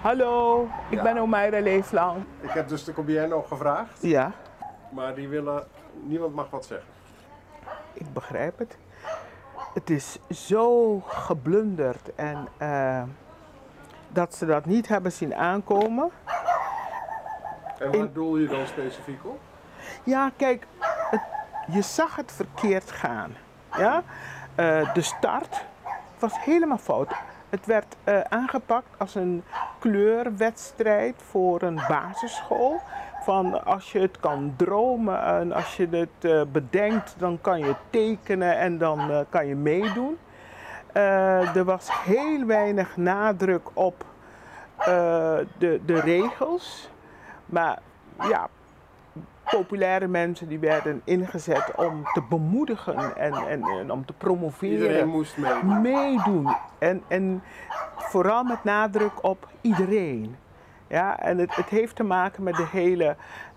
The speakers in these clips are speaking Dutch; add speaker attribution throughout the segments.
Speaker 1: Hallo, ik ben Omeira Leeflang.
Speaker 2: Ik heb dus de Cobienne gevraagd,
Speaker 1: Ja,
Speaker 2: maar niemand mag wat zeggen.
Speaker 1: ik begrijp het. Het is zo geblunderd en dat ze dat niet hebben zien aankomen.
Speaker 2: En waar doel je dan specifiek op?
Speaker 1: Ja, kijk, je zag het verkeerd gaan. Ja? De start was helemaal fout. Het werd aangepakt als een kleurwedstrijd voor een basisschool. Van als je het kan dromen en als je het bedenkt, dan kan je tekenen en dan kan je meedoen. Er was heel weinig nadruk op de regels. Maar ja, populaire mensen die werden ingezet om te bemoedigen en om te promoveren.
Speaker 2: Iedereen moest meedoen.
Speaker 1: En vooral met nadruk op iedereen. Ja, en het heeft te maken met de hele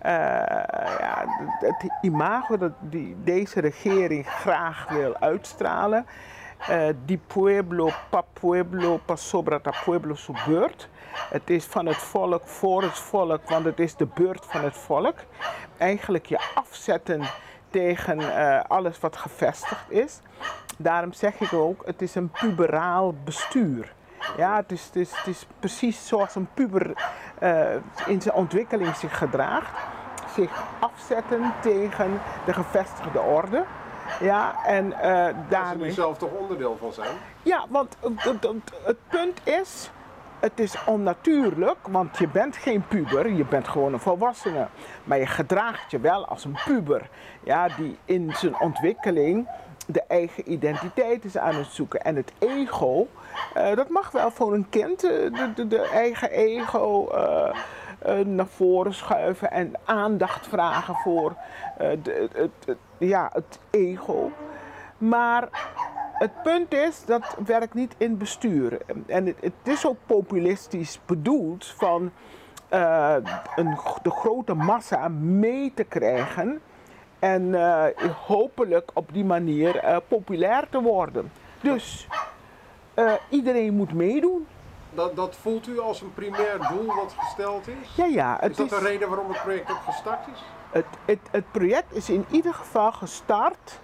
Speaker 1: het imago dat deze regering graag wil uitstralen. Die pueblo, pa pueblo, pa sobra pueblo su beurt. Het is van het volk voor het volk, want het is de beurt van het volk. Eigenlijk je afzetten tegen alles wat gevestigd is. Daarom zeg ik ook, het is een puberaal bestuur. Ja, het is precies zoals een puber in zijn ontwikkeling zich gedraagt. Zich afzetten tegen de gevestigde orde. Ja, en
Speaker 2: Daar moet je zelf toch onderdeel van zijn?
Speaker 1: Ja, want het punt is, het is onnatuurlijk, want je bent geen puber, je bent gewoon een volwassene. Maar je gedraagt je wel als een puber, ja, die in zijn ontwikkeling de eigen identiteit is aan het zoeken. En het ego, dat mag wel voor een kind, de eigen ego naar voren schuiven en aandacht vragen voor het ego. Maar het punt is, dat werkt niet in bestuur. En het is ook populistisch bedoeld van de grote massa mee te krijgen. En hopelijk op die manier populair te worden. Dus iedereen moet meedoen.
Speaker 2: Dat voelt u als een primair doel wat gesteld is?
Speaker 1: Ja.
Speaker 2: Is dat de reden waarom het project ook gestart is?
Speaker 1: Het project is in ieder geval gestart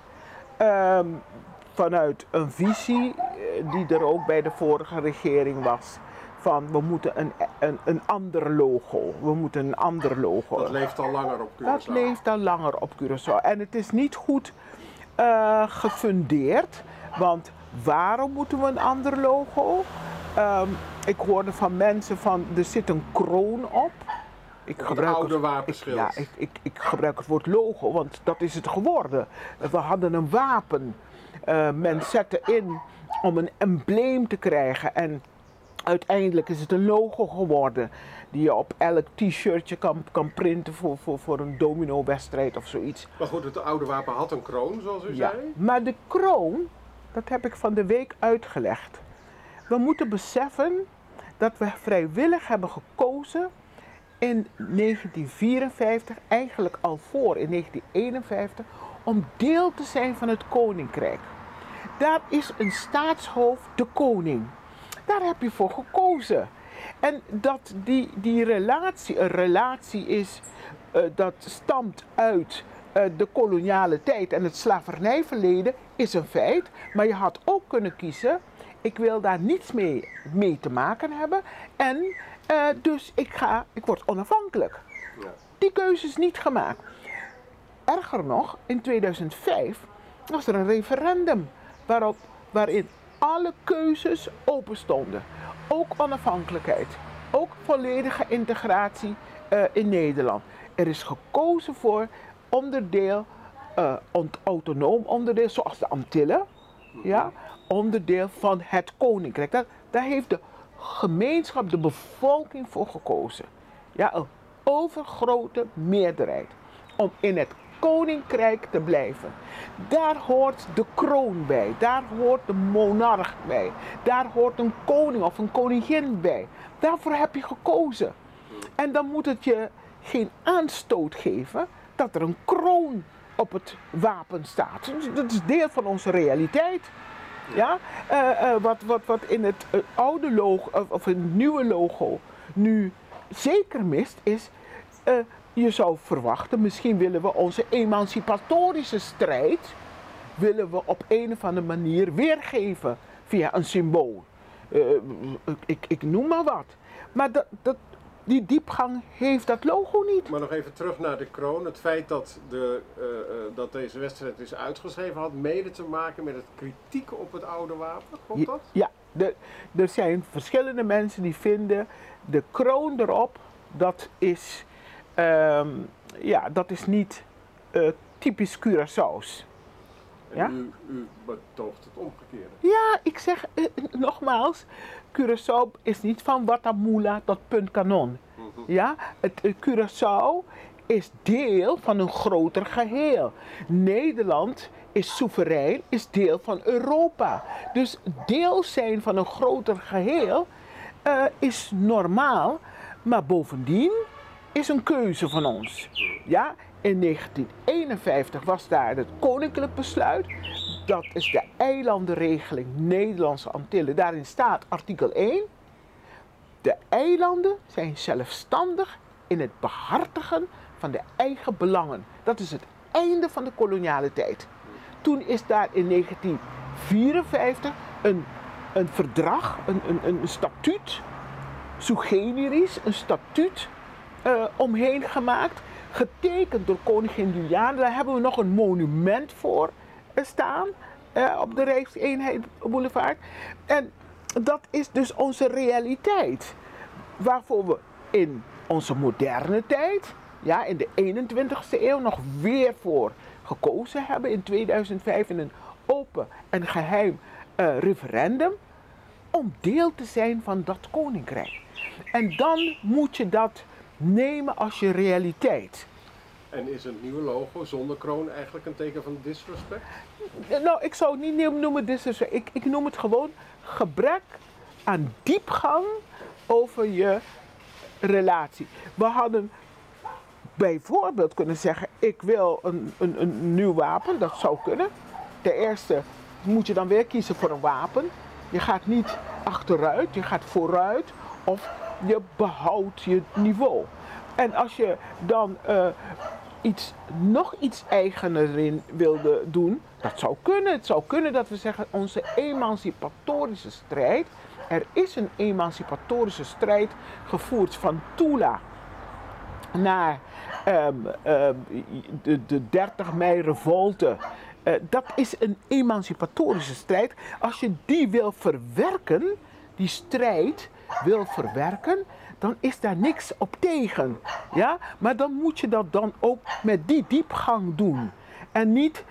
Speaker 1: vanuit een visie die er ook bij de vorige regering was. Van we moeten een ander logo. We moeten een ander logo.
Speaker 2: Dat leeft al langer op Curaçao.
Speaker 1: Dat leeft al langer op Curaçao. En het is niet goed gefundeerd. Want waarom moeten we een ander logo? Ik hoorde van mensen van er zit een kroon op.
Speaker 2: Ik gebruik oude wapenschild.
Speaker 1: Ik gebruik het woord logo, want dat is het geworden. We hadden een wapen. Men zette in om een embleem te krijgen. En uiteindelijk is het een logo geworden. Die je op elk t-shirtje kan printen voor een domino-wedstrijd of zoiets.
Speaker 2: Maar goed, het oude wapen had een kroon, zoals u zei.
Speaker 1: Maar de kroon, dat heb ik van de week uitgelegd. We moeten beseffen dat we vrijwillig hebben gekozen in 1954, eigenlijk al voor in 1951, om deel te zijn van het koninkrijk. Daar is een staatshoofd de koning. Daar heb je voor gekozen. En dat die relatie een relatie is, dat stamt uit de koloniale tijd en het slavernijverleden, is een feit. Maar je had ook kunnen kiezen, ik wil daar niets mee te maken hebben. En dus ik word onafhankelijk. Ja. Die keuze is niet gemaakt. Erger nog, in 2005 was er een referendum waarin alle keuzes open stonden. Ook onafhankelijkheid. Ook volledige integratie in Nederland. Er is gekozen voor onderdeel, autonoom onderdeel, zoals de Antillen. Ja, onderdeel van het koninkrijk. Daar heeft de gemeenschap, de bevolking voor gekozen. Ja, een overgrote meerderheid. Om in het koninkrijk te blijven. Daar hoort de kroon bij. Daar hoort de monarch bij. Daar hoort een koning of een koningin bij. Daarvoor heb je gekozen. En dan moet het je geen aanstoot geven dat er een kroon op het wapen staat. Dat is deel van onze realiteit. Ja? Wat in het oude logo of het nieuwe logo nu zeker mist is, je zou verwachten, misschien willen we onze emancipatorische strijd, willen we op een of andere manier weergeven via een symbool. Ik noem maar wat. Maar die diepgang heeft dat logo niet.
Speaker 2: Maar nog even terug naar de kroon. Het feit dat deze wedstrijd is uitgeschreven had mede te maken met het kritiek op het oude wapen. Klopt dat?
Speaker 1: Ja, er zijn verschillende mensen die vinden de kroon erop, dat is niet typisch Curaçao's. Ja?
Speaker 2: En u betoogt het omgekeerde.
Speaker 1: Ja, ik zeg nogmaals, Curaçao is niet van Watamula tot Punt Kanon. Ja, Curaçao is deel van een groter geheel. Nederland is soeverein, is deel van Europa. Dus deel zijn van een groter geheel is normaal, maar bovendien is een keuze van ons. Ja, in 1951 was daar het koninklijk besluit. Dat is de eilandenregeling Nederlandse Antillen. Daarin staat artikel 1. De eilanden zijn zelfstandig in het behartigen van de eigen belangen. Dat is het einde van de koloniale tijd. Toen is daar in 1954 een verdrag, een statuut, sui generis, een statuut omheen gemaakt. Getekend door koningin Juliana. Daar hebben we nog een monument voor staan op de Rijkseenheid Boulevard. En dat is dus onze realiteit. Waarvoor we in onze moderne tijd, ja, in de 21ste eeuw, nog weer voor gekozen hebben. In 2005 in een open en geheim referendum. Om deel te zijn van dat koninkrijk. En dan moet je dat nemen als je realiteit.
Speaker 2: En is een nieuwe logo zonder kroon eigenlijk een teken van disrespect?
Speaker 1: Nou, ik zou het niet noemen disrespect. Ik noem het gewoon gebrek aan diepgang over je relatie. We hadden bijvoorbeeld kunnen zeggen, ik wil een nieuw wapen, dat zou kunnen. Ten eerste moet je dan weer kiezen voor een wapen. Je gaat niet achteruit, je gaat vooruit of je behoudt je niveau. En als je dan nog iets eigener in wilde doen, dat zou kunnen. Het zou kunnen dat we zeggen, onze emancipatorische strijd. Er is een emancipatorische strijd gevoerd van Tula naar de 30 mei revolte. Dat is een emancipatorische strijd. Als je die wil verwerken, die strijd wil verwerken, dan is daar niks op tegen. Ja? Maar dan moet je dat dan ook met die diepgang doen. En niet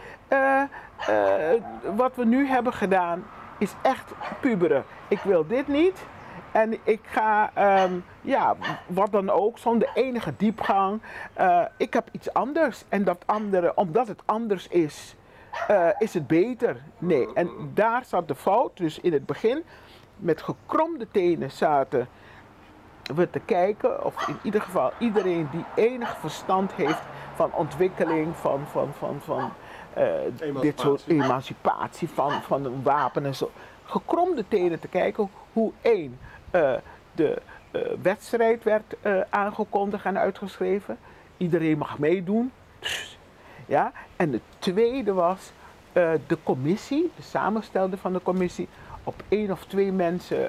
Speaker 1: wat we nu hebben gedaan is echt puberen. Ik wil dit niet. En ik ga, wat dan ook, zonder enige diepgang. Ik heb iets anders. En dat andere, omdat het anders is het beter. Nee, en daar zat de fout. Dus in het begin, met gekromde tenen zaten we te kijken. Of in ieder geval iedereen die enig verstand heeft van ontwikkeling, van dit soort emancipatie, van een wapen en zo. Gekromde tenen te kijken hoe de wedstrijd werd aangekondigd en uitgeschreven. Iedereen mag meedoen. Ja? En het tweede was de commissie, de samensteller van de commissie, op 1 of 2 mensen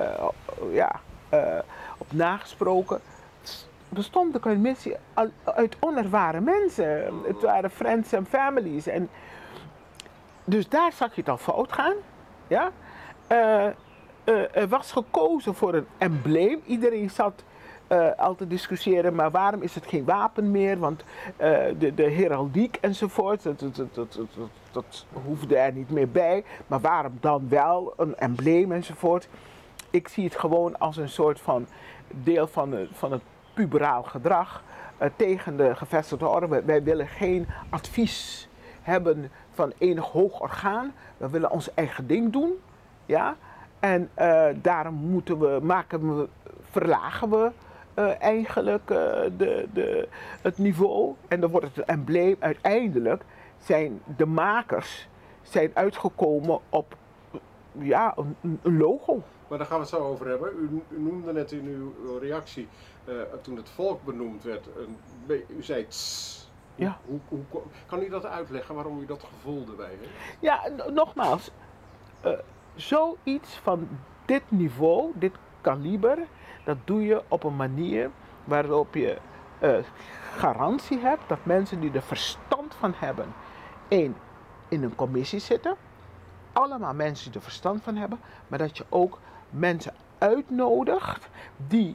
Speaker 1: op nagesproken. Bestond de commissie uit onervaren mensen. Het waren friends en families. En dus daar zag je het al fout gaan. Ja? Er was gekozen voor een embleem. Iedereen zat al te discussiëren, maar waarom is het geen wapen meer? Want de heraldiek enzovoort, dat hoefde er niet meer bij. Maar waarom dan wel een embleem enzovoort? Ik zie het gewoon als een soort van deel van het puberaal gedrag tegen de gevestigde orde. Wij willen geen advies hebben van enig hoog orgaan. We willen ons eigen ding doen. Ja? En daarom verlagen we eigenlijk het niveau. En dan wordt het een embleem. Uiteindelijk zijn de makers uitgekomen op een logo.
Speaker 2: Maar daar gaan we het zo over hebben. U noemde net in uw reactie, toen het volk benoemd werd, u zei tss.
Speaker 1: Ja.
Speaker 2: Kan u dat uitleggen waarom u dat gevoel erbij heeft?
Speaker 1: Ja, nogmaals, zoiets van dit niveau, dit kaliber, dat doe je op een manier waarop je garantie hebt dat mensen die er verstand van hebben, in een commissie zitten. Allemaal mensen die er verstand van hebben, maar dat je ook mensen uitnodigt die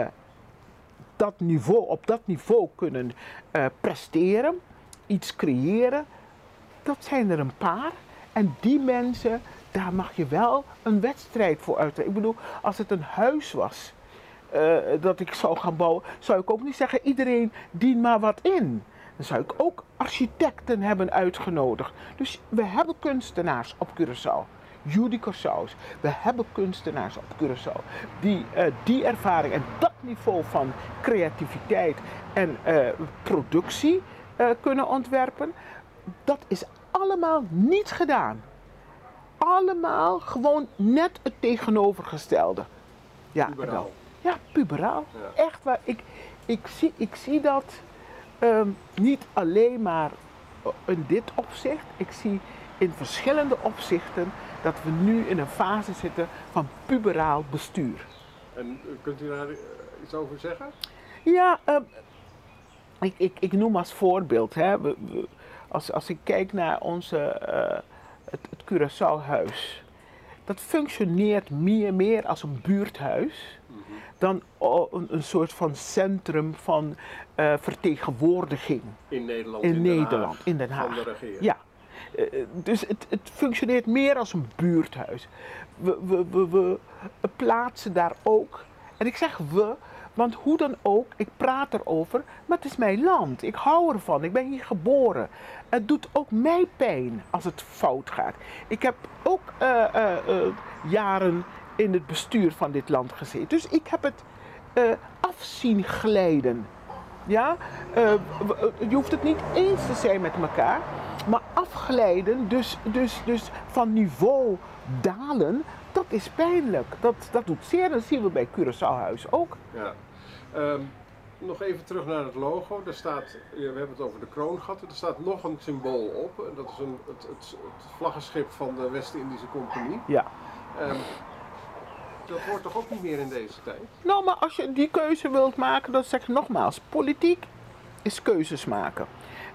Speaker 1: op dat niveau kunnen presteren, iets creëren. Dat zijn er een paar. En die mensen, daar mag je wel een wedstrijd voor uitleggen. Ik bedoel, als het een huis was dat ik zou gaan bouwen, zou ik ook niet zeggen, iedereen dien maar wat in. Dan zou ik ook architecten hebben uitgenodigd. Dus we hebben kunstenaars op Curaçao. Judy Corsaus. We hebben kunstenaars op Curaçao die ervaring en dat niveau van creativiteit en productie kunnen ontwerpen. Dat is allemaal niet gedaan. Allemaal gewoon net het tegenovergestelde. Ja,
Speaker 2: Puberaal.
Speaker 1: Ja, puberaal.
Speaker 2: Ja.
Speaker 1: Echt waar. Ik zie dat niet alleen maar in dit opzicht. Ik zie in verschillende opzichten dat we nu in een fase zitten van puberaal bestuur.
Speaker 2: En kunt u daar iets over zeggen?
Speaker 1: Ja, ik noem als voorbeeld. Hè, als ik kijk naar het Curaçao-huis. Dat functioneert meer als een buurthuis dan een soort van centrum van vertegenwoordiging.
Speaker 2: In Nederland,
Speaker 1: in Den Haag.
Speaker 2: Van de regering.
Speaker 1: Ja. Dus het functioneert meer als een buurthuis. We plaatsen daar ook, en ik zeg we, want hoe dan ook, ik praat erover, maar het is mijn land. Ik hou ervan, ik ben hier geboren. Het doet ook mij pijn als het fout gaat. Ik heb ook jaren in het bestuur van dit land gezeten. Dus ik heb het afzien glijden. Ja? Je hoeft het niet eens te zijn met elkaar. Maar afglijden, dus van niveau dalen, dat is pijnlijk. Dat doet zeer. Dat zien we bij Curaçao-huis ook.
Speaker 2: Ja. Nog even terug naar het logo. Daar staat, we hebben het over de kroongatten. Er staat nog een symbool op. En dat is het vlaggenschip van de West-Indische Compagnie.
Speaker 1: Ja.
Speaker 2: Dat hoort toch ook niet meer in deze tijd?
Speaker 1: Nou, maar als je die keuze wilt maken, dan zeg ik nogmaals, politiek is keuzes maken.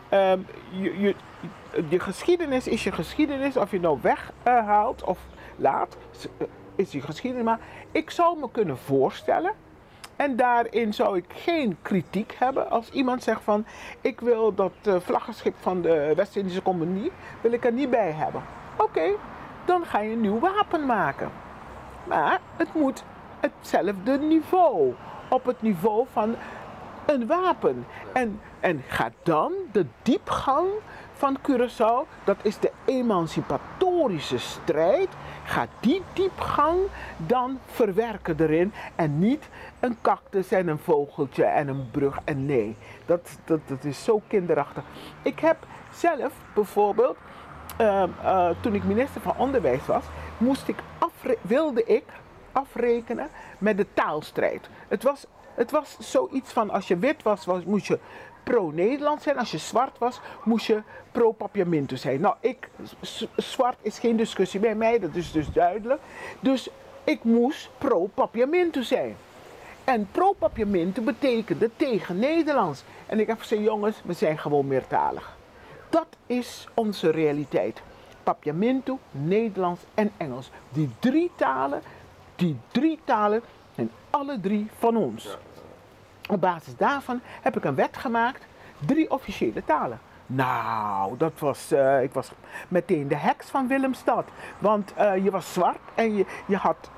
Speaker 1: Je geschiedenis is je geschiedenis, of je nou weghaalt of laat, is je geschiedenis. Maar ik zou me kunnen voorstellen, en daarin zou ik geen kritiek hebben als iemand zegt van, ik wil dat vlaggenschip van de West-Indische Compagnie, wil ik er niet bij hebben. Oké, dan ga je een nieuw wapen maken. Maar het moet hetzelfde niveau, op het niveau van een wapen. En ga dan de diepgang van Curaçao, dat is de emancipatorische strijd, ga die diepgang dan verwerken erin en niet een cactus en een vogeltje en een brug en nee. Dat is zo kinderachtig. Ik heb zelf bijvoorbeeld, toen ik minister van Onderwijs was, wilde ik afrekenen met de taalstrijd. Het was zoiets van, als je wit was, moest je pro-Nederland zijn. Als je zwart was, moest je pro-Papiamento zijn. Nou, zwart is geen discussie bij mij, dat is dus duidelijk. Dus ik moest pro-Papiamento zijn. En pro-Papiamento betekende tegen Nederlands. En ik heb gezegd, jongens, we zijn gewoon meertalig. Dat is onze realiteit. Papiamento, Nederlands en Engels. Die drie talen zijn alle drie van ons.
Speaker 2: Ja.
Speaker 1: Op basis daarvan heb ik een wet gemaakt, 3 officiële talen. Nou, ik was meteen de heks van Willemstad. Want je was zwart en je had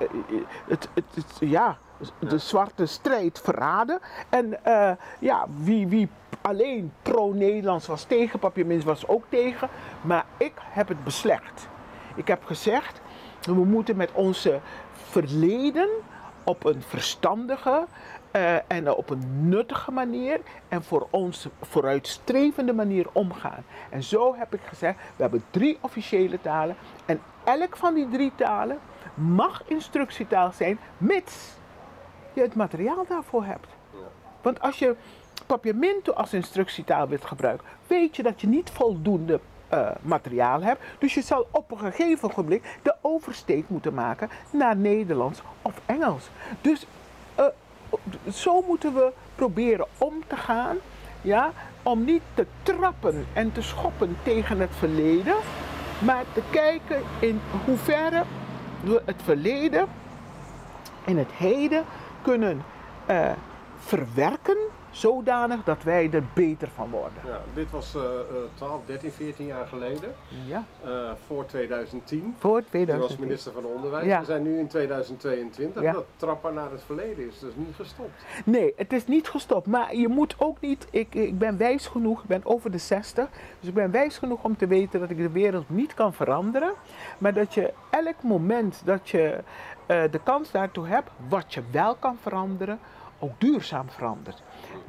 Speaker 1: de zwarte strijd verraden. En wie alleen pro-Nederlands was tegen, Papiamento was ook tegen. Maar ik heb het beslecht. Ik heb gezegd, we moeten met onze verleden op een verstandige en op een nuttige manier en voor ons vooruitstrevende manier omgaan. En zo heb ik gezegd, we hebben 3 officiële talen en elk van die 3 talen mag instructietaal zijn, mits je het materiaal daarvoor hebt.
Speaker 2: Ja.
Speaker 1: Want als je Papiamento als instructietaal wilt gebruiken, weet je dat je niet voldoende materiaal hebt. Dus je zal op een gegeven ogenblik de oversteek moeten maken naar Nederlands of Engels. Dus zo moeten we proberen om te gaan, ja, om niet te trappen en te schoppen tegen het verleden, maar te kijken in hoeverre we het verleden en het heden kunnen verwerken, zodanig dat wij er beter van worden.
Speaker 2: Ja, dit was 12, 13, 14 jaar geleden,
Speaker 1: Ja,
Speaker 2: voor 2010.
Speaker 1: voor
Speaker 2: Toen
Speaker 1: 2000.
Speaker 2: was minister van Onderwijs.
Speaker 1: Ja.
Speaker 2: We zijn nu in 2022.
Speaker 1: Ja.
Speaker 2: Dat trappen naar het verleden is dus niet gestopt.
Speaker 1: Nee, het is niet gestopt. Maar je moet ook niet. Ik ben wijs genoeg, ik ben over de 60. Dus ik ben wijs genoeg om te weten dat ik de wereld niet kan veranderen. Maar dat je elk moment dat je de kans daartoe hebt, wat je wel kan veranderen, ook duurzaam verandert.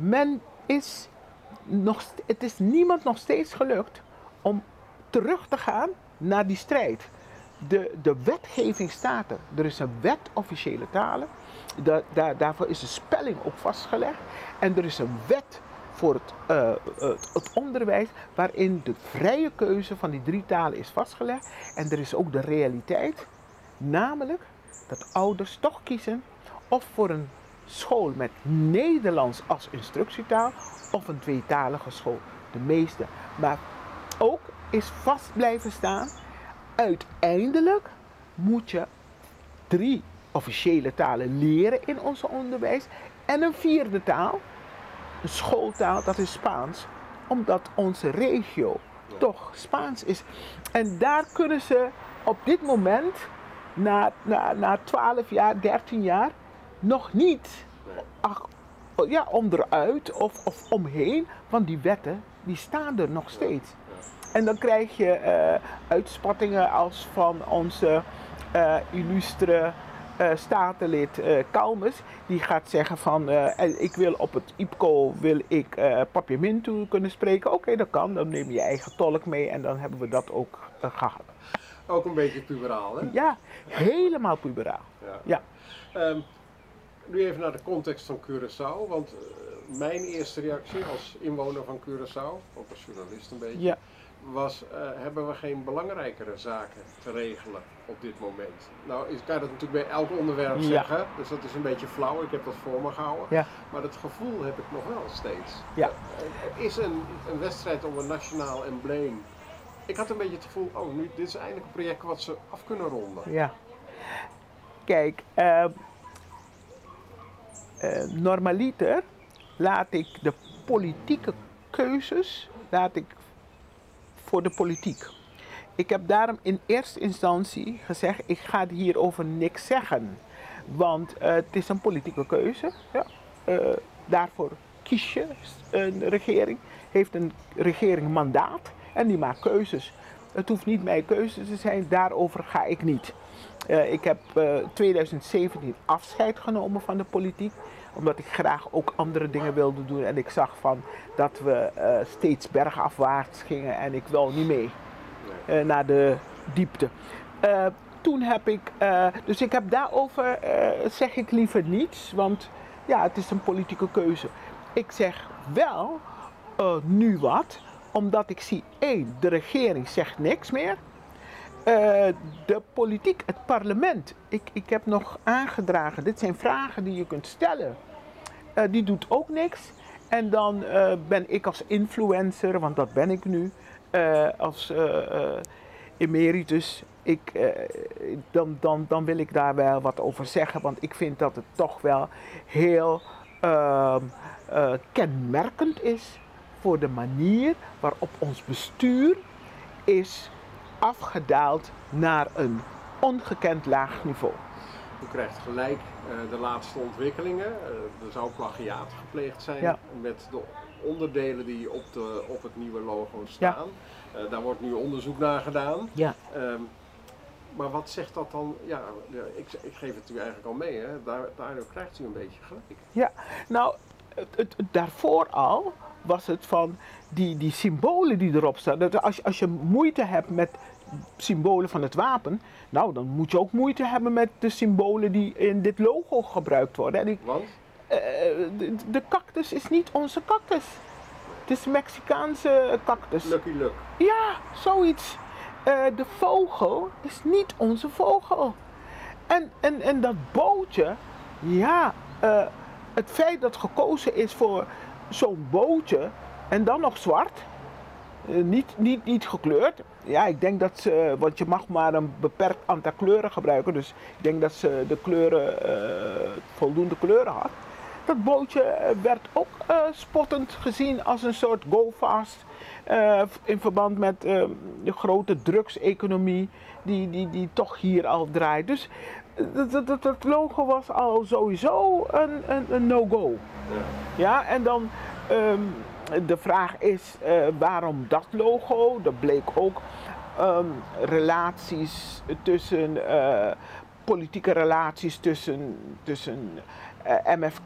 Speaker 1: Het is niemand nog steeds gelukt om terug te gaan naar die strijd. De wetgeving staat er. Er is een wet officiële talen. Daarvoor is de spelling ook vastgelegd. En er is een wet voor het onderwijs waarin de vrije keuze van die 3 talen is vastgelegd. En er is ook de realiteit, namelijk dat ouders toch kiezen of voor een school met Nederlands als instructietaal of een tweetalige school. De meeste. Maar ook is vast blijven staan, uiteindelijk moet je 3 officiële talen leren in ons onderwijs en een 4e taal, een schooltaal, dat is Spaans, omdat onze regio toch Spaans is. En daar kunnen ze op dit moment, na 12 jaar, 13 jaar, nog niet onderuit of omheen, want die wetten die staan er nog steeds. En dan krijg je uitspattingen als van onze illustre statenlid Kalmes, die gaat zeggen van ik wil op het IPCO Papiamento kunnen spreken. Oké, dat kan, dan neem je je eigen tolk mee en dan hebben we dat ook gehad.
Speaker 2: Ook een beetje puberaal, hè?
Speaker 1: Ja, helemaal puberaal.
Speaker 2: Ja.
Speaker 1: Ja.
Speaker 2: Nu even naar de context van Curaçao, want mijn eerste reactie als inwoner van Curaçao, ook als journalist een beetje,
Speaker 1: Ja.
Speaker 2: was, hebben we geen belangrijkere zaken te regelen op dit moment? Nou, kan je dat natuurlijk bij elk onderwerp
Speaker 1: Ja.
Speaker 2: zeggen, dus dat is een beetje flauw, ik heb dat voor me gehouden.
Speaker 1: Ja.
Speaker 2: Maar dat gevoel heb ik nog wel steeds.
Speaker 1: Ja.
Speaker 2: Er is een wedstrijd om een nationaal embleem. Ik had een beetje het gevoel, dit is eindelijk een project wat ze af kunnen ronden.
Speaker 1: Ja. Kijk, normaliter laat ik de politieke keuzes voor de politiek. Ik heb daarom in eerste instantie gezegd, ik ga hierover niks zeggen. Want het is een politieke keuze. Ja. Daarvoor kies je een regering. Heeft een regering mandaat en die maakt keuzes. Het hoeft niet mijn keuze te zijn, daarover ga ik niet. Ik heb 2017 afscheid genomen van de politiek, omdat ik graag ook andere dingen wilde doen. En ik zag van dat we steeds bergafwaarts gingen en ik wil niet mee naar de diepte. Toen heb ik, dus ik heb daarover zeg ik liever niets, want ja, het is een politieke keuze. Ik zeg wel nu wat, omdat ik zie, de regering zegt niks meer. De politiek, het parlement, ik heb nog aangedragen, dit zijn vragen die je kunt stellen. Die doet ook niks. En dan ben ik als influencer, want dat ben ik nu, als emeritus, dan wil ik daar wel wat over zeggen, want ik vind dat het toch wel heel kenmerkend is voor de manier waarop ons bestuur is afgedaald naar een ongekend laag niveau.
Speaker 2: U krijgt gelijk de laatste ontwikkelingen. Er zou plagiaat gepleegd zijn met de onderdelen die op het nieuwe logo staan. Ja. Daar wordt nu onderzoek naar gedaan. Ja. Maar wat zegt dat dan? Ja, ik geef het u eigenlijk al mee. Hè? Daardoor krijgt u een beetje gelijk.
Speaker 1: Ja, nou, daarvoor al was het van die symbolen die erop staan. Dat als je moeite hebt met symbolen van het wapen. Nou, dan moet je ook moeite hebben met de symbolen die in dit logo gebruikt worden. En
Speaker 2: Want?
Speaker 1: De cactus is niet onze cactus. Het is een Mexicaanse cactus.
Speaker 2: Lucky Luck.
Speaker 1: Ja, zoiets. De vogel is niet onze vogel. En dat bootje, ja, het feit dat gekozen is voor zo'n bootje en dan nog zwart, niet gekleurd. Ja, ik denk dat ze, want je mag maar een beperkt aantal kleuren gebruiken, dus ik denk dat ze de kleuren, voldoende kleuren had. Dat bootje werd ook spottend gezien als een soort go-fast in verband met de grote drugseconomie die toch hier al draait. Dus dat logo was al sowieso een no-go. Ja, en dan de vraag is waarom dat logo? Dat bleek ook relaties tussen, politieke relaties tussen MFK,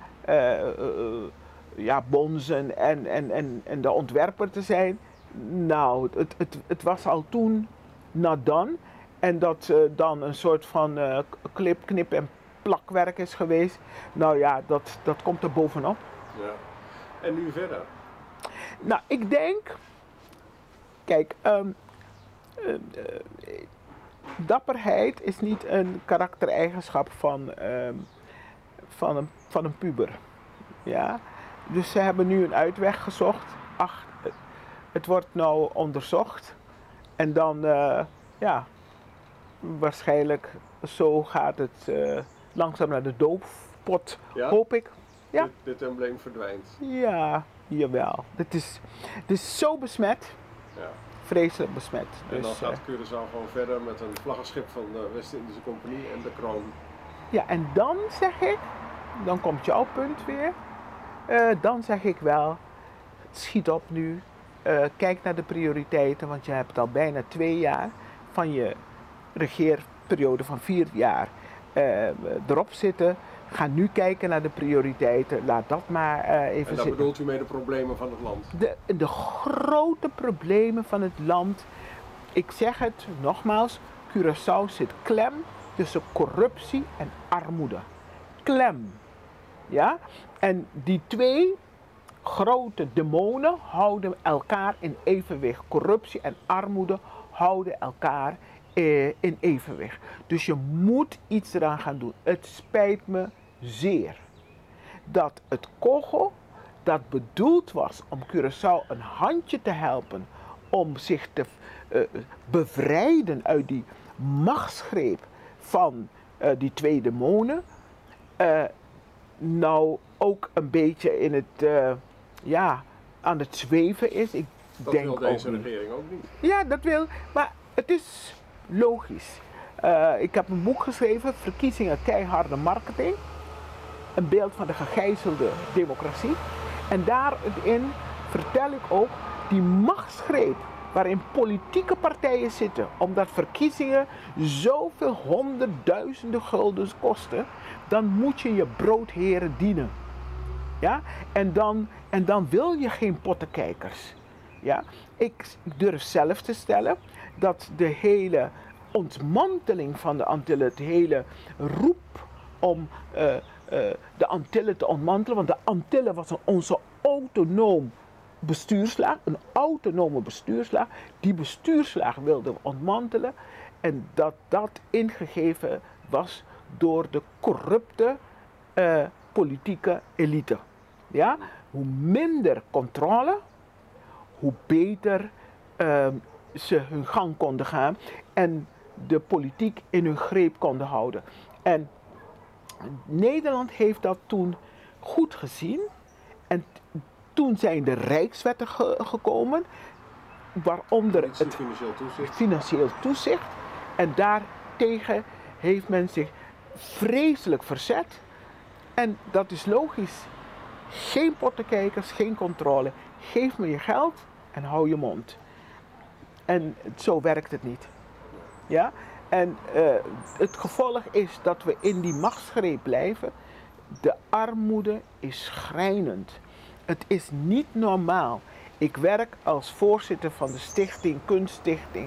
Speaker 1: Bonzen en de ontwerper te zijn. Nou, het was al toen not done. En dat dan een soort van knip en plakwerk is geweest. Nou ja, dat komt er bovenop.
Speaker 2: Ja. En nu verder?
Speaker 1: Nou, ik denk, kijk, dapperheid is niet een karaktereigenschap van een puber. Ja? Dus ze hebben nu een uitweg gezocht. Ach, het wordt nou onderzocht. En dan, waarschijnlijk zo gaat het langzaam naar de doofpot, hoop ik. Ja?
Speaker 2: Dit embleem verdwijnt.
Speaker 1: Ja, jawel. Het is zo besmet.
Speaker 2: Ja.
Speaker 1: Vreselijk besmet.
Speaker 2: En dan gaat Curaçao gewoon verder met een vlaggenschip van de West-Indische Compagnie en de kroon.
Speaker 1: Ja, en dan zeg ik, dan komt jouw punt weer. Dan zeg ik wel, schiet op nu. Kijk naar de prioriteiten, want je hebt al bijna 2 jaar van je regeerperiode van 4 jaar erop zitten. Ga nu kijken naar de prioriteiten. Laat dat maar even zitten.
Speaker 2: En daar bedoelt u mee de problemen van het land?
Speaker 1: De grote problemen van het land. Ik zeg het nogmaals, Curaçao zit klem tussen corruptie en armoede. Klem. Ja? En die 2 grote demonen houden elkaar in evenwicht. Corruptie en armoede houden elkaar in evenwicht. Dus je moet iets eraan gaan doen. Het spijt me zeer dat het kogel dat bedoeld was om Curaçao een handje te helpen om zich te bevrijden uit die machtsgreep van die 2 demonen, nou ook een beetje in het, aan het zweven is.
Speaker 2: Dat wil deze regering ook niet.
Speaker 1: Ja, dat wil, maar het is logisch. Ik heb een boek geschreven, Verkiezingen keiharde marketing. Een beeld van de gegijzelde democratie. En daarin vertel ik ook die machtsgreep waarin politieke partijen zitten, omdat verkiezingen zoveel honderdduizenden guldens kosten, dan moet je je broodheren dienen. Ja? En dan wil je geen pottenkijkers. Ja? Ik durf zelf te stellen dat de hele ontmanteling van de Antillen, het hele roep om de Antillen te ontmantelen, want de Antillen was onze autonoom bestuurslaag, een autonome bestuurslaag. Die bestuurslaag wilden we ontmantelen en dat ingegeven was door de corrupte politieke elite. Ja? Hoe minder controle, hoe beter ze hun gang konden gaan en de politiek in hun greep konden houden. En Nederland heeft dat toen goed gezien en toen zijn de rijkswetten gekomen, waaronder het financieel toezicht. En daartegen heeft men zich vreselijk verzet. En dat is logisch. Geen pottenkijkers, geen controle. Geef me je geld en hou je mond. En zo werkt het niet. Ja? En het gevolg is dat we in die machtsgreep blijven. De armoede is schrijnend. Het is niet normaal. Ik werk als voorzitter van de stichting, Kunststichting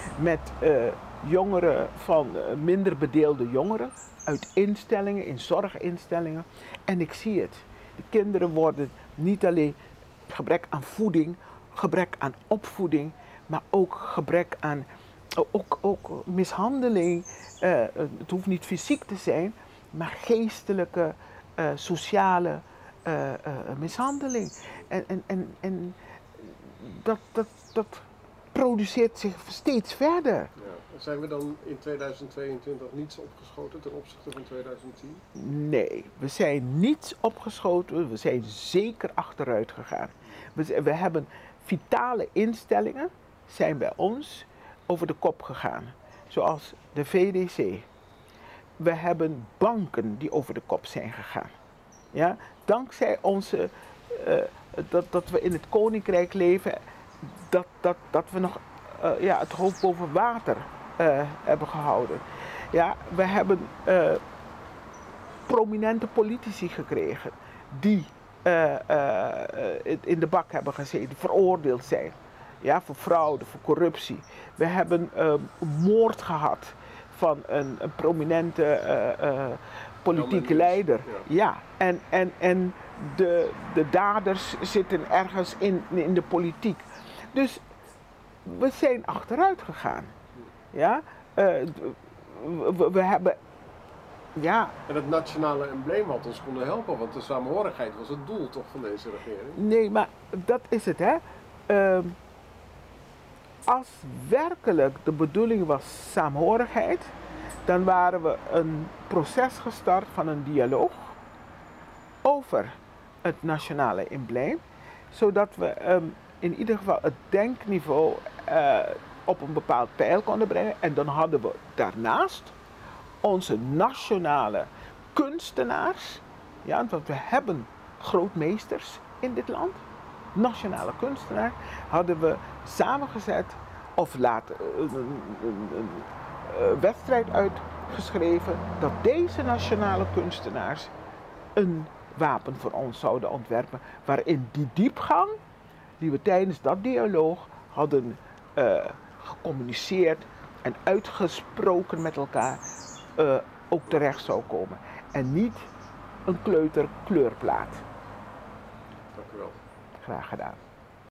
Speaker 1: met jongeren van minder bedeelde jongeren uit instellingen, in zorginstellingen. En ik zie het. De kinderen worden niet alleen gebrek aan voeding, gebrek aan opvoeding, maar ook gebrek aan ook mishandeling. Het hoeft niet fysiek te zijn, maar geestelijke, sociale mishandeling. En dat produceert zich steeds verder.
Speaker 2: Ja. Zijn we dan in 2022 niets opgeschoten ten opzichte van 2010?
Speaker 1: Nee, we zijn niets opgeschoten, we zijn zeker achteruit gegaan. We hebben vitale instellingen, zijn bij ons over de kop gegaan. Zoals de VDC. We hebben banken die over de kop zijn gegaan. Ja? Dankzij onze, dat we in het koninkrijk leven, dat we nog het hoofd boven water hebben gehouden. Ja, we hebben prominente politici gekregen die in de bak hebben gezeten, veroordeeld zijn. Ja, voor fraude, voor corruptie. We hebben moord gehad van een prominente politieke leider. Ja, en de daders zitten ergens in de politiek. Dus we zijn achteruit gegaan. Ja, we hebben. Ja.
Speaker 2: En het nationale embleem had ons kunnen helpen, want de samenhorigheid was het doel toch van deze regering?
Speaker 1: Nee, maar dat is het, hè. Als werkelijk de bedoeling was saamhorigheid, dan waren we een proces gestart van een dialoog over het nationale embleem, zodat we in ieder geval het denkniveau op een bepaald peil konden brengen. En dan hadden we daarnaast onze nationale kunstenaars, ja, want we hebben grootmeesters in dit land, nationale kunstenaars, hadden we samengezet of een wedstrijd uitgeschreven dat deze nationale kunstenaars een wapen voor ons zouden ontwerpen, waarin die diepgang die we tijdens dat dialoog hadden gecommuniceerd en uitgesproken met elkaar, ook terecht zou komen. En niet een kleuterkleurplaat.
Speaker 2: Dank u wel.
Speaker 1: Graag gedaan.